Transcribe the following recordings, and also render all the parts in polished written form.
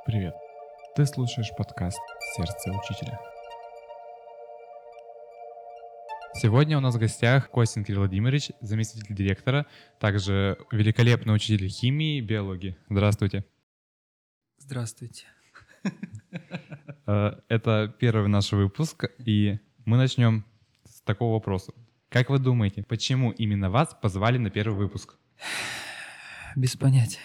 Привет! Ты слушаешь подкаст «Сердце учителя». Сегодня у нас в гостях Костин Кирилл Владимирович, заместитель директора, также великолепный учитель химии и биологии. Здравствуйте. Здравствуйте. Это первый наш выпуск, и мы начнем с такого вопроса. Как вы думаете, почему именно вас позвали на первый выпуск? Без понятия.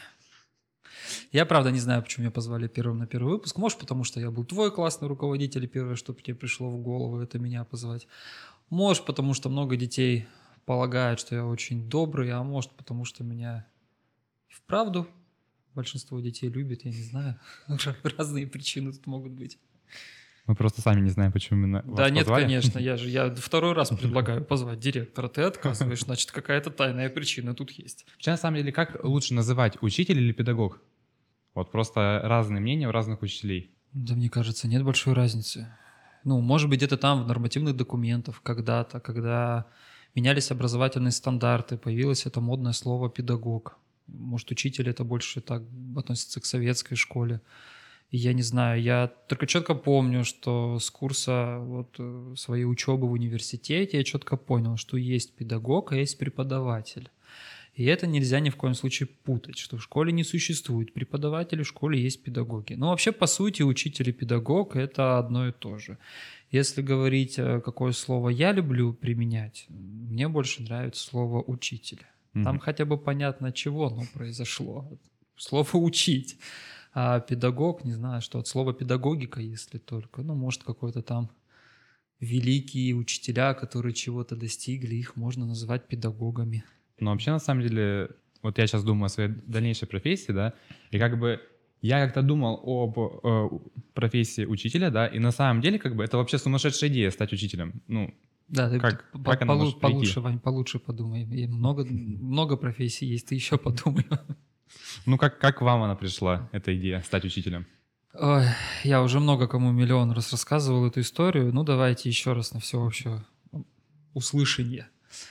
Я правда не знаю, почему меня позвали первым на первый выпуск. Может, потому что я был твой классный руководитель, и первое, что тебе пришло в голову, это меня позвать. Может, потому что много детей полагают, что я очень добрый, а может, потому что меня вправду большинство детей любит, я не знаю. Разные причины тут могут быть. Мы просто сами не знаем, почему именно вас Да нет, позвали. конечно, я второй раз предлагаю позвать директора. Ты отказываешь, значит, какая-то тайная причина тут есть. Вообще, на самом деле, как лучше называть, учитель или педагог? Вот просто разные мнения у разных учителей. Да, мне кажется, нет большой разницы. Ну, может быть, где-то там в нормативных документах когда-то, когда менялись образовательные стандарты, появилось это модное слово «педагог». Может, учитель это больше так относится к советской школе. И я не знаю, я только четко помню, что с курса своей учебы в университете я четко понял, что есть педагог, а есть преподаватель. И это нельзя ни в коем случае путать, что в школе не существует преподавателей, в школе есть педагоги. Но вообще, по сути, учитель и педагог – это одно и то же. Если говорить, какое слово я люблю применять, мне больше нравится слово «учитель». Там хотя бы понятно, чего оно произошло. Слово «учить». А педагог, не знаю, что от слова «педагогика», если только. Ну, может, какой-то там великие учителя, которые чего-то достигли, их можно называть педагогами. Но вообще, на самом деле, вот я сейчас думаю о своей дальнейшей профессии, да, и как бы я как-то думал об профессии учителя, да, и на самом деле как бы это вообще сумасшедшая идея стать учителем. Ну, да, как она может прийти? Получше, Вань, получше подумай. И много профессий есть, ты еще подумай. Ну, как вам она пришла, эта идея, стать учителем? Ой, я уже много кому миллион раз рассказывал эту историю. Ну, давайте еще раз на всеобщее услышание.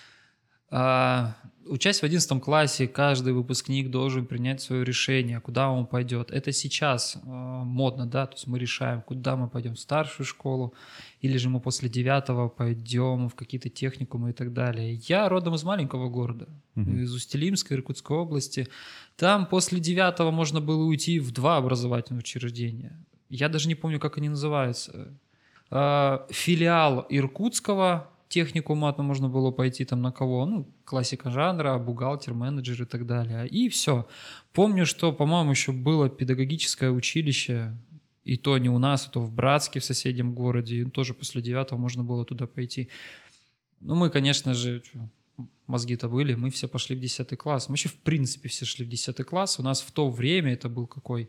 Учась в 11 классе, каждый выпускник должен принять свое решение, куда он пойдет. Это сейчас модно, да, то есть мы решаем, куда мы пойдем, в старшую школу, или же мы после 9 пойдем в какие-то техникумы и так далее. Я родом из маленького города, из Усть-Илимска, Иркутской области. Там после 9 можно было уйти в 2 образовательных учреждения. Я даже не помню, как они называются. Филиал Иркутского техникума, можно было пойти там на кого, ну, классика жанра, бухгалтер, менеджер и так далее. И все. Помню, что, по-моему, еще было педагогическое училище, и то не у нас, а то в Братске, в соседнем городе, и тоже после 9 можно было туда пойти. Ну, мы, конечно же, мозги-то были, мы все пошли в 10 класс. Мы еще, в принципе, все шли в 10 класс. У нас в то время, это был какой?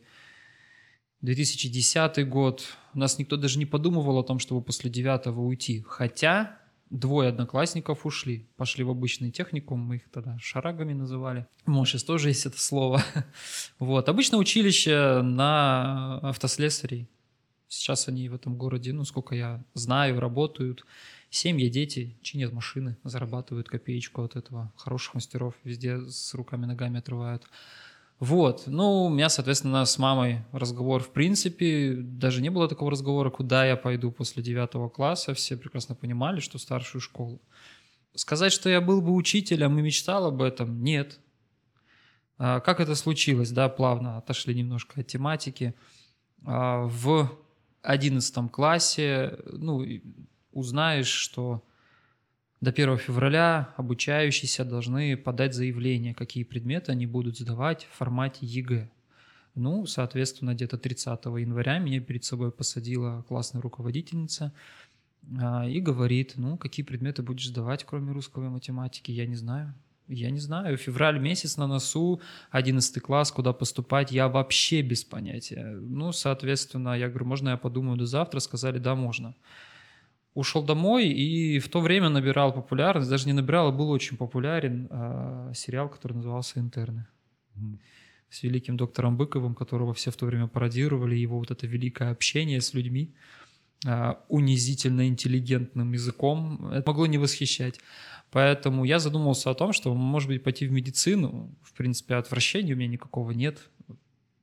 2010 год. У нас никто даже не подумывал о том, чтобы после 9 уйти. Хотя 2 одноклассников ушли, пошли в обычный техникум, мы их тогда шарагами называли. Может, сейчас тоже есть это слово. Вот. Обычное училище на автослесарей. Сейчас они в этом городе, ну, сколько я знаю, работают. Семьи, дети чинят машины, зарабатывают копеечку от этого. Хороших мастеров везде с руками, ногами отрывают. Вот, ну, у меня, соответственно, с мамой разговор, в принципе, даже не было такого разговора, куда я пойду после 9 класса, все прекрасно понимали, что старшую школу. Сказать, что я был бы учителем и мечтал об этом, нет. Как это случилось, да, плавно отошли немножко от тематики. В 11 классе, ну, узнаешь, что до 1 февраля обучающиеся должны подать заявление, какие предметы они будут сдавать в формате ЕГЭ. Ну, соответственно, где-то 30 января меня перед собой посадила классная руководительница и говорит, ну, какие предметы будешь сдавать, кроме русского и математики, я не знаю. Я не знаю, февраль месяц на носу, 11 класс, куда поступать, я вообще без понятия. Ну, соответственно, я говорю, можно я подумаю до завтра? Сказали, да, можно. Ушел домой и в то время набирал популярность, даже не набирал, а был очень популярен сериал, который назывался «Интерны». С великим доктором Быковым, которого все в то время пародировали, его вот это великое общение с людьми, унизительно интеллигентным языком, это могло не восхищать. Поэтому я задумался о том, что, может быть, пойти в медицину. В принципе, отвращения у меня никакого нет.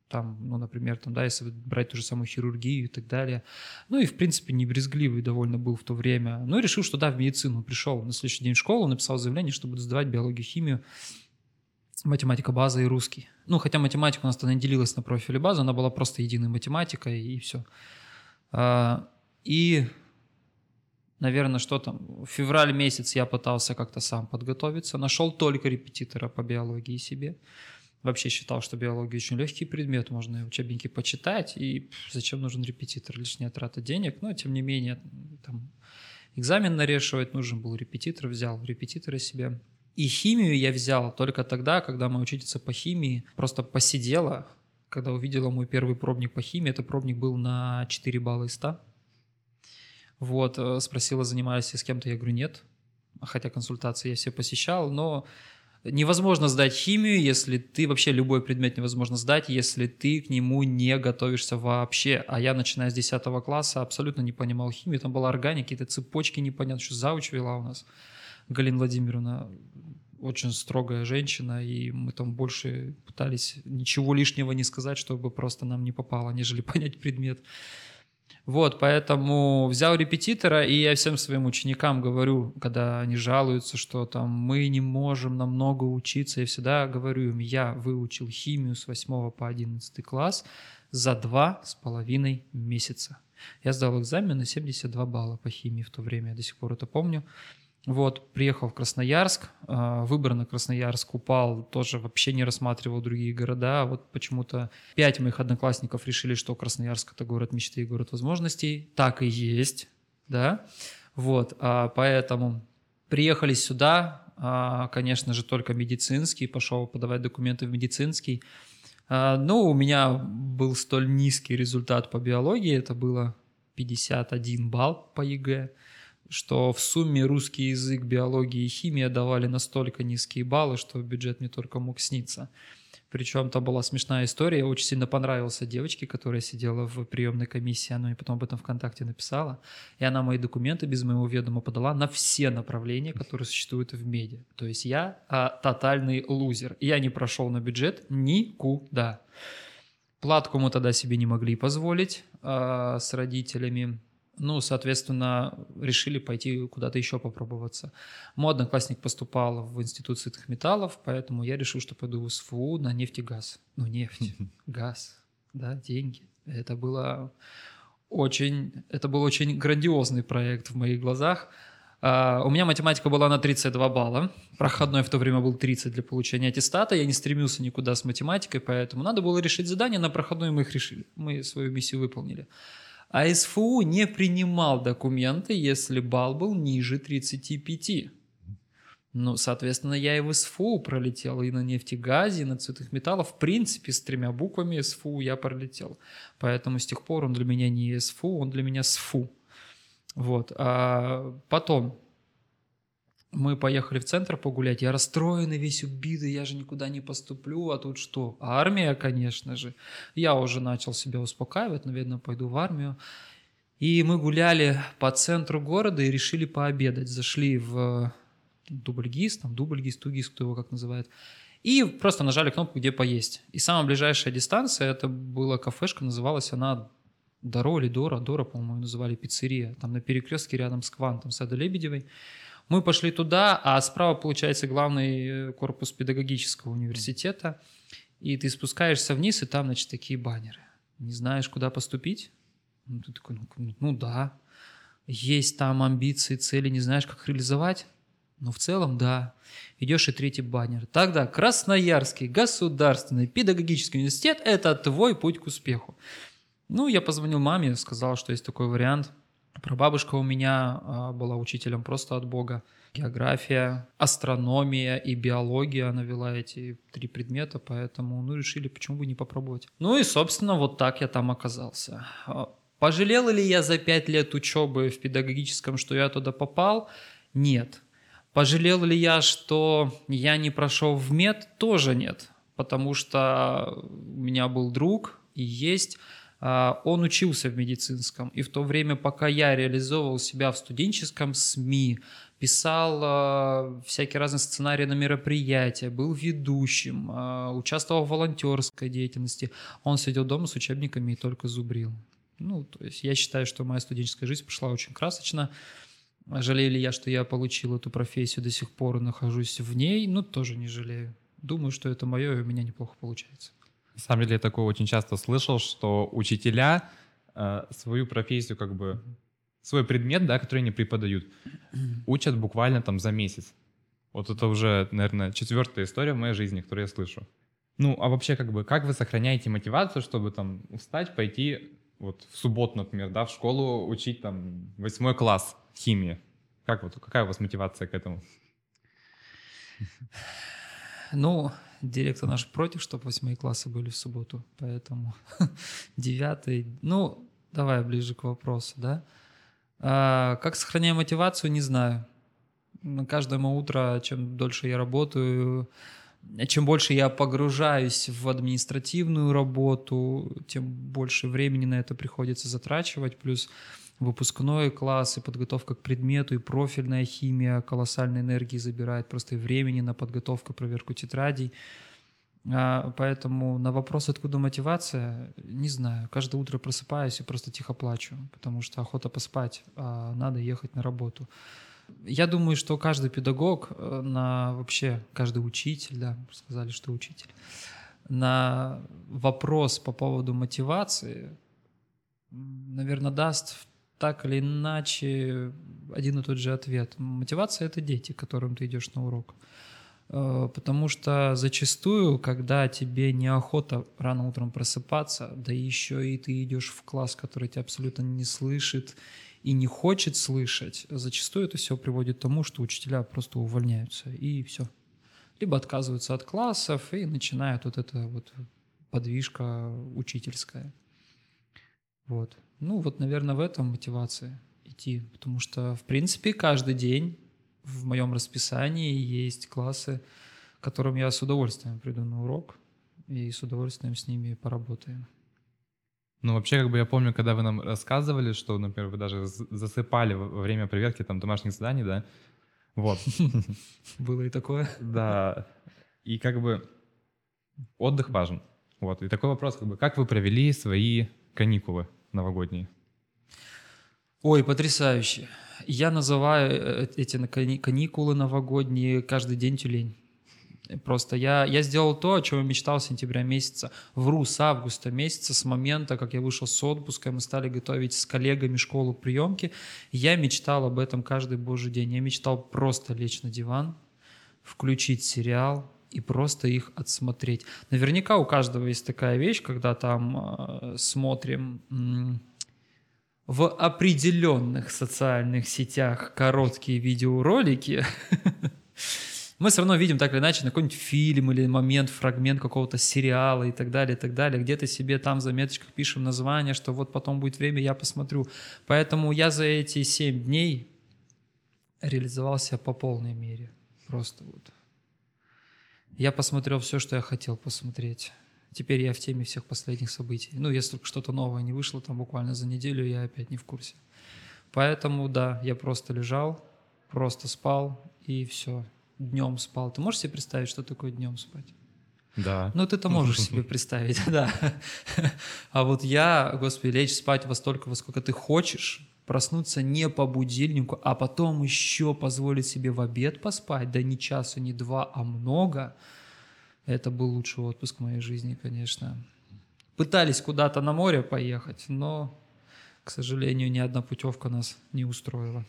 там, ну, например, там, да, если брать ту же самую хирургию и так далее. Ну и, в принципе, не брезгливый довольно был в то время. Ну и решил, что да, в медицину. Пришел на следующий день в школу, написал заявление, что буду сдавать биологию, химию, математика база и русский. Ну, хотя математика у нас тогда не делилась на профиль и базу, она была просто единой математикой, и все. И, наверное, что там, в февраль месяц я пытался как-то сам подготовиться, нашел только репетитора по биологии себе. Вообще считал, что биология очень легкий предмет, можно учебники почитать, и зачем нужен репетитор, лишняя трата денег, но тем не менее, там, экзамен нарешивать нужен был репетитор, взял репетитора себе. И химию я взял только тогда, когда моя учительница по химии просто посидела, когда увидела мой первый пробник по химии, это пробник был на 4 балла из 100. Вот, спросила, занимались ли с кем-то, я говорю, нет, хотя консультации я все посещал, но невозможно сдать химию, если ты, вообще любой предмет невозможно сдать, если ты к нему не готовишься вообще. А я, начиная с 10 класса, абсолютно не понимал химию, там была органика, какие-то цепочки непонятно, что завуч вела у нас. Галина Владимировна очень строгая женщина, и мы там больше пытались ничего лишнего не сказать, чтобы просто нам не попало, нежели понять предмет. Вот, поэтому взял репетитора, и я всем своим ученикам говорю, когда они жалуются, что там мы не можем намного учиться, я всегда говорю им, я выучил химию с 8 по 11 класс за 2,5 месяца. Я сдал экзамен на 72 балла по химии в то время, я до сих пор это помню. Вот, приехал в Красноярск, выбор на Красноярск упал, тоже вообще не рассматривал другие города. Вот почему-то 5 моих одноклассников решили, что Красноярск – это город мечты и город возможностей. Так и есть, да. Вот, поэтому приехали сюда, конечно же, только медицинский, пошел подавать документы в медицинский. Но у меня был столь низкий результат по биологии, это было 51 балл по ЕГЭ, что в сумме русский язык, биология и химия давали настолько низкие баллы, что бюджет мне только мог сниться. Причем там была смешная история, я очень сильно понравился девочке, которая сидела в приемной комиссии, она мне потом об этом ВКонтакте написала, и она мои документы без моего ведома подала на все направления, которые существуют в меди. То есть я тотальный лузер, я не прошел на бюджет никуда. Платку мы тогда себе не могли позволить с родителями. Ну, соответственно, решили пойти куда-то еще попробоваться. Мой одноклассник поступал в Институт сытых металлов, поэтому я решил, что пойду в СФУ на нефть и газ. Ну, нефть, газ, да, деньги. Это был очень грандиозный проект в моих глазах. У меня математика была на 32 балла. Проходной в то время был 30 для получения аттестата. Я не стремился никуда с математикой, поэтому надо было решить задание. На проходной мы их решили. Мы свою миссию выполнили. А СФУ не принимал документы, если балл был ниже 35. Ну, соответственно, я и в СФУ пролетел, и на нефтегазе, и на цветных металлах. В принципе, с 3 буквами СФУ я пролетел. Поэтому с тех пор он для меня не СФУ, он для меня СФУ. Вот. А потом мы поехали в центр погулять. Я расстроенный, весь убитый, я же никуда не поступлю. А тут что? Армия, конечно же. Я уже начал себя успокаивать, наверное, пойду в армию. И мы гуляли по центру города и решили пообедать. Зашли в Дубльгиз, Тугис, кто его как называет. И просто нажали кнопку, где поесть. И самая ближайшая дистанция, это была кафешка, называлась она Доро или Дора, по-моему, называли, пиццерия. Там на перекрестке рядом с Квантом, Сада Лебедевой. Мы пошли туда, а справа, получается, главный корпус педагогического университета. И ты спускаешься вниз, и там, значит, такие баннеры. Не знаешь, куда поступить? Ну, ты такой, ну да. Есть там амбиции, цели, не знаешь, как реализовать? Ну, в целом, да. Идешь, и 3-й баннер. Тогда Красноярский государственный педагогический университет – это твой путь к успеху. Ну, я позвонил маме, сказал, что есть такой вариант. Прабабушка у меня была учителем просто от Бога. География, астрономия и биология, она вела эти 3 предмета, поэтому, решили, почему бы не попробовать. Ну и, собственно, вот так я там оказался. Пожалел ли я за 5 лет учебы в педагогическом, что я туда попал? Нет. Пожалел ли я, что я не прошел в мед? Тоже нет. Потому что у меня был друг и есть Он учился в медицинском, и в то время, пока я реализовывал себя в студенческом СМИ, писал всякие разные сценарии на мероприятия, был ведущим, участвовал в волонтерской деятельности, он сидел дома с учебниками и только зубрил. Ну, то есть я считаю, что моя студенческая жизнь прошла очень красочно. Жалею ли я, что я получил эту профессию до сих пор и нахожусь в ней? Ну, тоже не жалею. Думаю, что это мое, и у меня неплохо получается. На самом деле я такое очень часто слышал, что учителя свою профессию, как бы, свой предмет, да, который они преподают, учат буквально там за месяц. Вот это уже, наверное, 4-я история в моей жизни, которую я слышу. Ну, а вообще, как бы, как вы сохраняете мотивацию, чтобы там устать, пойти вот в субботу, например, да, в школу учить там 8 класс химии? Как вот, какая у вас мотивация к этому? Ну, директор наш против, чтобы 8 классы были в субботу, поэтому 9. Ну, давай ближе к вопросу, да? Как сохраняю мотивацию, не знаю. Каждое утро, чем дольше я работаю, чем больше я погружаюсь в административную работу, тем больше времени на это приходится затрачивать, плюс выпускной класс и подготовка к предмету, и профильная химия колоссальной энергии забирает, просто и времени на подготовку, проверку тетрадей. Поэтому на вопрос, откуда мотивация, не знаю. Каждое утро просыпаюсь и просто тихо плачу, потому что охота поспать, а надо ехать на работу. Я думаю, что каждый педагог, вообще каждый учитель, да, сказали, что учитель, на вопрос по поводу мотивации, наверное, даст так или иначе один и тот же ответ. Мотивация — это дети, к которым ты идешь на урок. Потому что зачастую, когда тебе неохота рано утром просыпаться, да еще и ты идешь в класс, который тебя абсолютно не слышит и не хочет слышать, зачастую это все приводит к тому, что учителя просто увольняются, и все. Либо отказываются от классов, и начинает вот эта вот подвижка учительская. Вот. Ну вот, наверное, в этом мотивация идти, потому что, в принципе, каждый день в моем расписании есть классы, к которым я с удовольствием приду на урок и с удовольствием с ними поработаю. Ну, вообще, как бы я помню, когда вы нам рассказывали, что, например, вы даже засыпали во время проверки там домашних заданий, да? Вот. Было и такое. Да. И как бы отдых важен. Вот. И такой вопрос, как бы, как вы провели свои каникулы новогодние? Ой, потрясающе. Я называю эти каникулы новогодние каждый день тюлень. Просто я сделал то, о чем я мечтал с сентября месяца. Вру, с августа месяца, с момента, как я вышел с отпуска, мы стали готовить с коллегами школу приемки. Я мечтал об этом каждый божий день. Я мечтал просто лечь на диван, включить сериал и просто их отсмотреть. Наверняка у каждого есть такая вещь, когда там смотрим в определенных социальных сетях короткие видеоролики, мы все равно видим так или иначе на какой-нибудь фильм или момент, фрагмент какого-то сериала и так далее, и так далее. Где-то себе там в заметочках пишем название, что вот потом будет время, я посмотрю. Поэтому я за эти 7 дней реализовал себя по полной мере. Просто вот. Я посмотрел все, что я хотел посмотреть. Теперь я в теме всех последних событий. Ну, если только что-то новое не вышло, там буквально за неделю, я опять не в курсе. Поэтому, да, я просто лежал, просто спал и все. Днем спал. Ты можешь себе представить, что такое днем спать? Да. Ну, ты-то можешь себе представить, да. А вот я, господи, лечь спать во столько, во сколько ты хочешь, проснуться не по будильнику, а потом еще позволить себе в обед поспать, да не часа, не два, а много. Это был лучший отпуск в моей жизни, конечно. Пытались куда-то на море поехать, но, к сожалению, ни одна путевка нас не устроила.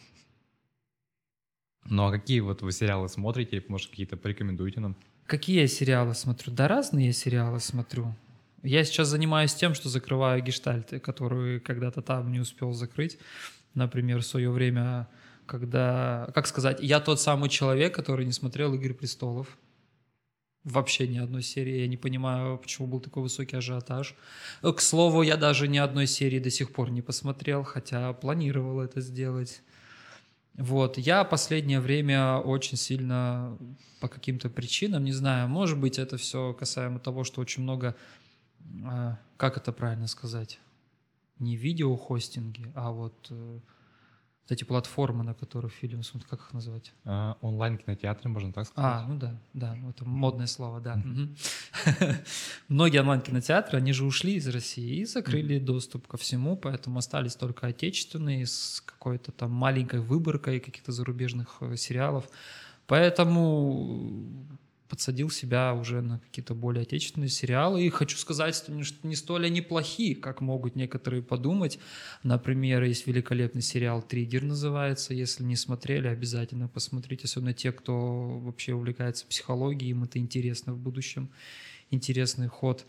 Ну, а какие вот вы сериалы смотрите? Может, какие-то порекомендуете нам? Какие я сериалы смотрю? Да разные я сериалы смотрю. Я сейчас занимаюсь тем, что закрываю гештальты, которые когда-то там не успел закрыть. Например, в свое время, когда... Как сказать? Я тот самый человек, который не смотрел «Игры престолов». Вообще ни одной серии. Я не понимаю, почему был такой высокий ажиотаж. К слову, я даже ни одной серии до сих пор не посмотрел, хотя планировал это сделать. Вот, я последнее время очень сильно по каким-то причинам, не знаю, может быть, это все касаемо того, что очень много, как это правильно сказать, не видеохостинги, а вот эти платформы, на которых фильм смотрят, как их называть? Онлайн-кинотеатры, можно так сказать. Ну да, ну это модное слово, да. Мгм. Многие онлайн-кинотеатры, они же ушли из России и закрыли доступ ко всему, поэтому остались только отечественные с какой-то там маленькой выборкой каких-то зарубежных сериалов. Поэтому подсадил себя уже на какие-то более отечественные сериалы. И хочу сказать, что не столь они плохи, как могут некоторые подумать. Например, есть великолепный сериал «Триггер» называется. Если не смотрели, обязательно посмотрите. Особенно те, кто вообще увлекается психологией, им это интересно в будущем. Интересный ход.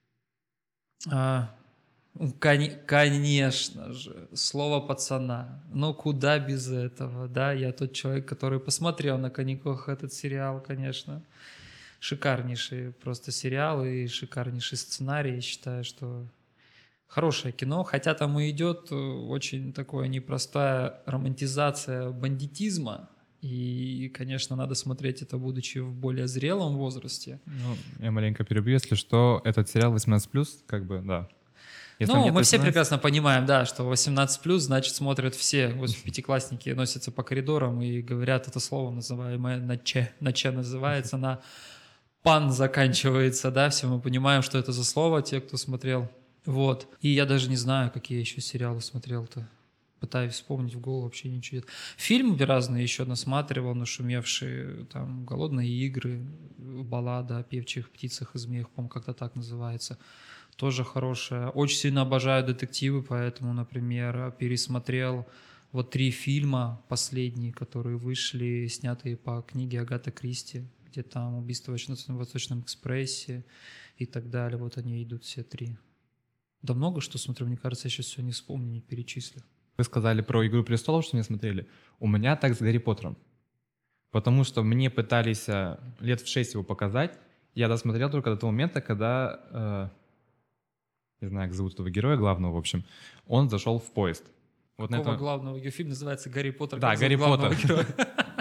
Конечно же, слово пацана. Но куда без этого, да? Я тот человек, который посмотрел на каникулах этот сериал, конечно. Шикарнейший просто сериал и шикарнейший сценарий. Я считаю, что хорошее кино, хотя там и идет очень такая непростая романтизация бандитизма. И, конечно, надо смотреть это, будучи в более зрелом возрасте. Ну, я маленько перебью, если что, этот сериал 18+, как бы, да. Если Ну, нет мы все 18, прекрасно понимаем, да, что 18+, значит, смотрят все. Вот пятиклассники носятся по коридорам и говорят это слово, называемое на че называется, на пан заканчивается, да, все мы понимаем, что это за слово, те, кто смотрел. Вот. И я даже не знаю, какие еще сериалы смотрел-то. Пытаюсь вспомнить, в голову вообще ничего нет. Фильмы разные еще насматривал, нашумевшие, там, «Голодные игры», «Баллада о певчих птицах и змеях», по-моему, как-то так называется. Тоже хорошая. Очень сильно обожаю детективы, поэтому, например, пересмотрел вот 3 фильма последние, которые вышли, снятые по книге Агаты Кристи, где там «Убийство в Восточном экспрессе» и так далее. Вот они идут все 3. Да много что смотрю, мне кажется, я сейчас все не вспомню, не перечислю. вы сказали про «Игру престолов», что не смотрели. У меня так с «Гарри Поттером». Потому что мне пытались лет в 6 его показать. Я досмотрел только до того момента, когда, не знаю, как зовут этого героя главного, в общем, он зашел в поезд. Вот на Какого этом... главного? Ее фильм называется «Гарри Поттер». Да, Как «Гарри зовут главного Поттер». героя?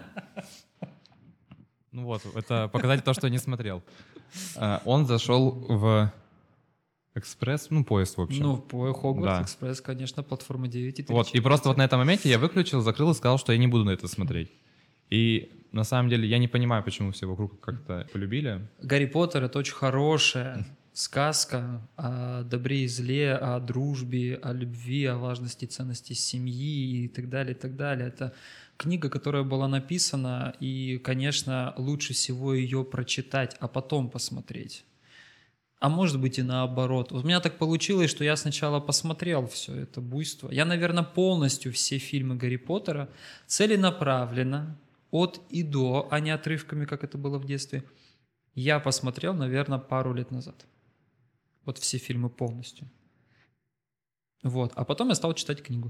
Ну вот, это показатель то, что я не смотрел. Он зашел в экспресс, ну, поезд, в общем. Ну, по Хогвартс Да. Экспресс, конечно, платформа 9 и 3. Вот, и просто вот на этом моменте я выключил, закрыл и сказал, что я не буду на это смотреть. И на самом деле я не понимаю, почему все вокруг как-то полюбили. «Гарри Поттер» — это очень хорошая сказка о добре и зле, о дружбе, о любви, о важности и ценности семьи и так далее, и так далее. Это книга, которая была написана, и, конечно, лучше всего ее прочитать, а потом посмотреть. А может быть и наоборот. Вот у меня так получилось, что я сначала посмотрел все это буйство. Я, наверное, полностью все фильмы Гарри Поттера целенаправленно, от и до, а не отрывками, как это было в детстве, я посмотрел, наверное, пару лет назад. Вот все фильмы полностью. Вот. А потом я стал читать книгу.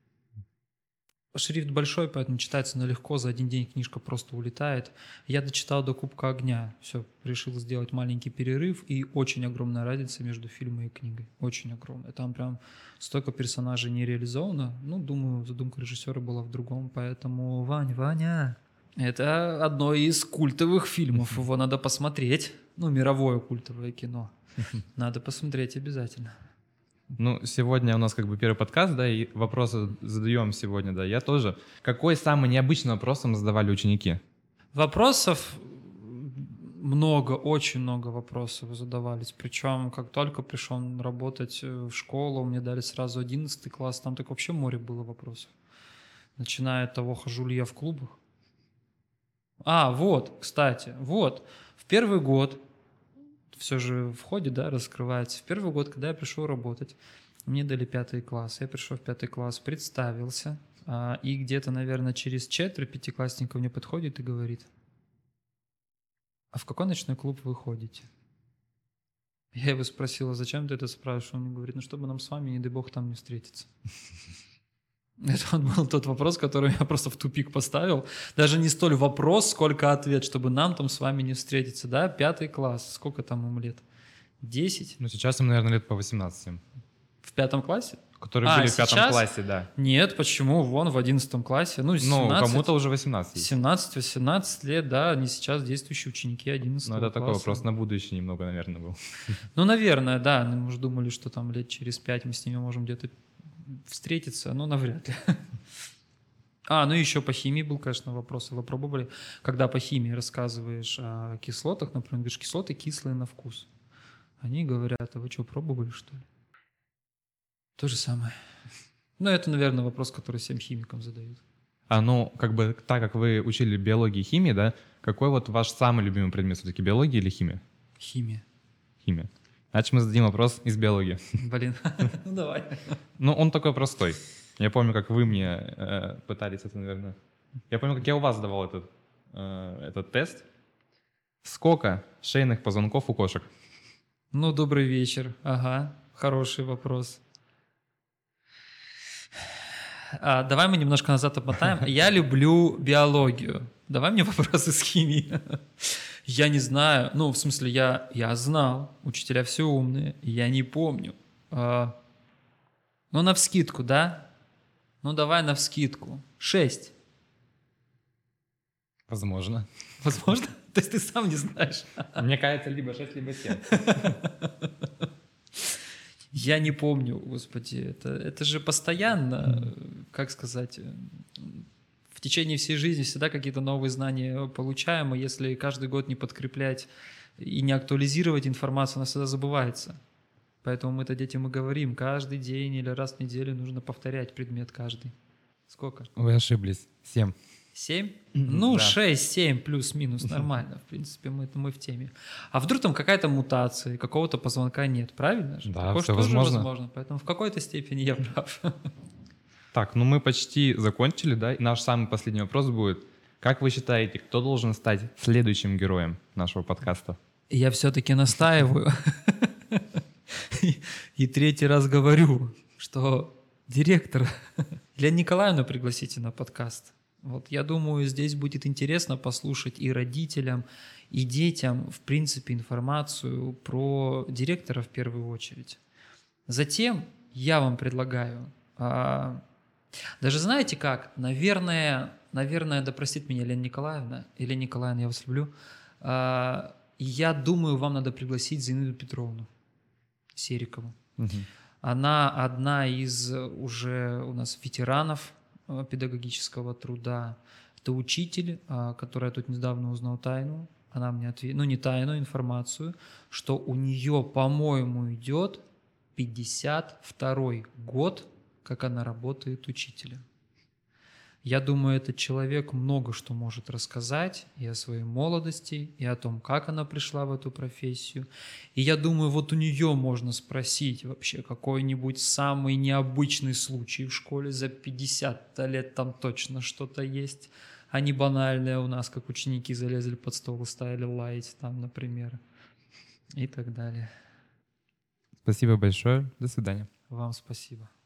Шрифт большой, поэтому читается легко. За один день книжка просто улетает. Я дочитал до «Кубка огня». Все, решил сделать маленький перерыв. И очень огромная разница между фильмом и книгой. Очень огромная. Там прям столько персонажей не реализовано. Ну, думаю, задумка режиссера была в другом. Поэтому, Ваня, это одно из культовых фильмов. Его надо посмотреть. Ну, мировое культовое кино. Надо посмотреть обязательно. Ну, сегодня у нас как бы первый подкаст, да, и вопросы задаем сегодня, да. Я тоже. Какой самый необычный вопрос вам задавали ученики? Вопросов много, очень много вопросов задавались. Причем, как только пришел работать в школу, мне дали сразу 11 класс, там так вообще море было вопросов. Начиная от того, хожу ли я в клубах. Вот, кстати, вот. В первый год, все же в ходе, да, раскрывается. В первый год, когда я пришел работать, мне дали 5 класс. Я пришел в 5 класс, представился, и где-то, наверное, через четверть пятиклассников мне подходит и говорит: а в какой ночной клуб вы ходите? Я его спросил: а зачем ты это спрашиваешь? Он мне говорит: ну, чтобы нам с вами, не дай бог, там не встретиться. Это был тот вопрос, который я просто в тупик поставил. Даже не столь вопрос, сколько ответ, чтобы нам там с вами не встретиться. Да, 5 класс. Сколько там им лет? 10? Ну, сейчас им, наверное, лет по 18. В 5 классе? Которые были в 5 сейчас? классе, да. Нет, почему? Вон в 11 классе. Ну, 17, Ну, кому-то уже 18 есть. 17-18 лет, да, они сейчас действующие ученики 11 Ну, это такой класса. вопрос на будущее немного, наверное, был. Ну, наверное, да. Мы же думали, что там лет через 5 мы с ними можем где-то встретиться, но навряд ли. Ну еще по химии был, конечно, вопрос. Вы пробовали, когда по химии рассказываешь о кислотах, например, говоришь, кислоты кислые на вкус. Они говорят, а вы что, пробовали, что ли? То же самое. Это, наверное, вопрос, который всем химикам задают. Так как вы учили биологию и химию, да, какой вот ваш самый любимый предмет все-таки, биология или химия? Химия. Химия. Значит, мы зададим вопрос из биологии. Блин, давай. Он такой простой. Я помню, как вы мне пытались это, наверное... Я помню, как я у вас давал этот тест. Сколько шейных позвонков у кошек? Добрый вечер. Ага, хороший вопрос. Давай мы немножко назад отмотаем. Я люблю биологию. Давай мне вопросы с химии. Я не знаю. В смысле, я знал. Учителя все умные. Я не помню. Навскидку, да? Давай навскидку. 6. Возможно. Возможно? То есть ты сам не знаешь? Мне кажется, либо 6, либо 7. Я не помню, господи. Это же постоянно, как сказать, в течение всей жизни всегда какие-то новые знания получаем, и если каждый год не подкреплять и не актуализировать информацию, она всегда забывается. Поэтому мы-то детям и говорим, каждый день или раз в неделю нужно повторять предмет каждый. Сколько? Вы ошиблись. 7. 7? Да. 6-7 плюс-минус нормально. В принципе, мы в теме. А вдруг там какая-то мутация, какого-то позвонка нет, правильно? Да, такое все тоже возможно. Поэтому в какой-то степени я прав. Так, мы почти закончили, да? И наш самый последний вопрос будет. Как вы считаете, кто должен стать следующим героем нашего подкаста? Я все-таки настаиваю. И третий раз говорю, что директор Елену Николаевну пригласите на подкаст. Я думаю, здесь будет интересно послушать и родителям, и детям, в принципе, информацию про директора в первую очередь. Затем я вам предлагаю, даже знаете как, наверное, да простит меня Елена Николаевна, я вас люблю, я думаю, вам надо пригласить Зинаиду Петровну Серикову. Угу. Она одна из уже у нас ветеранов педагогического труда. Это учитель, которая тут недавно узнал тайну. Она мне ответила, не тайну, информацию, что у нее, по-моему, идет 52-й год, как она работает учителем. Я думаю, этот человек много что может рассказать и о своей молодости, и о том, как она пришла в эту профессию. И я думаю, у нее можно спросить вообще какой-нибудь самый необычный случай в школе. За 50 лет там точно что-то есть, а не банальное у нас, как ученики залезли под стол и стали лаять там, например, и так далее. Спасибо большое. До свидания. Вам спасибо.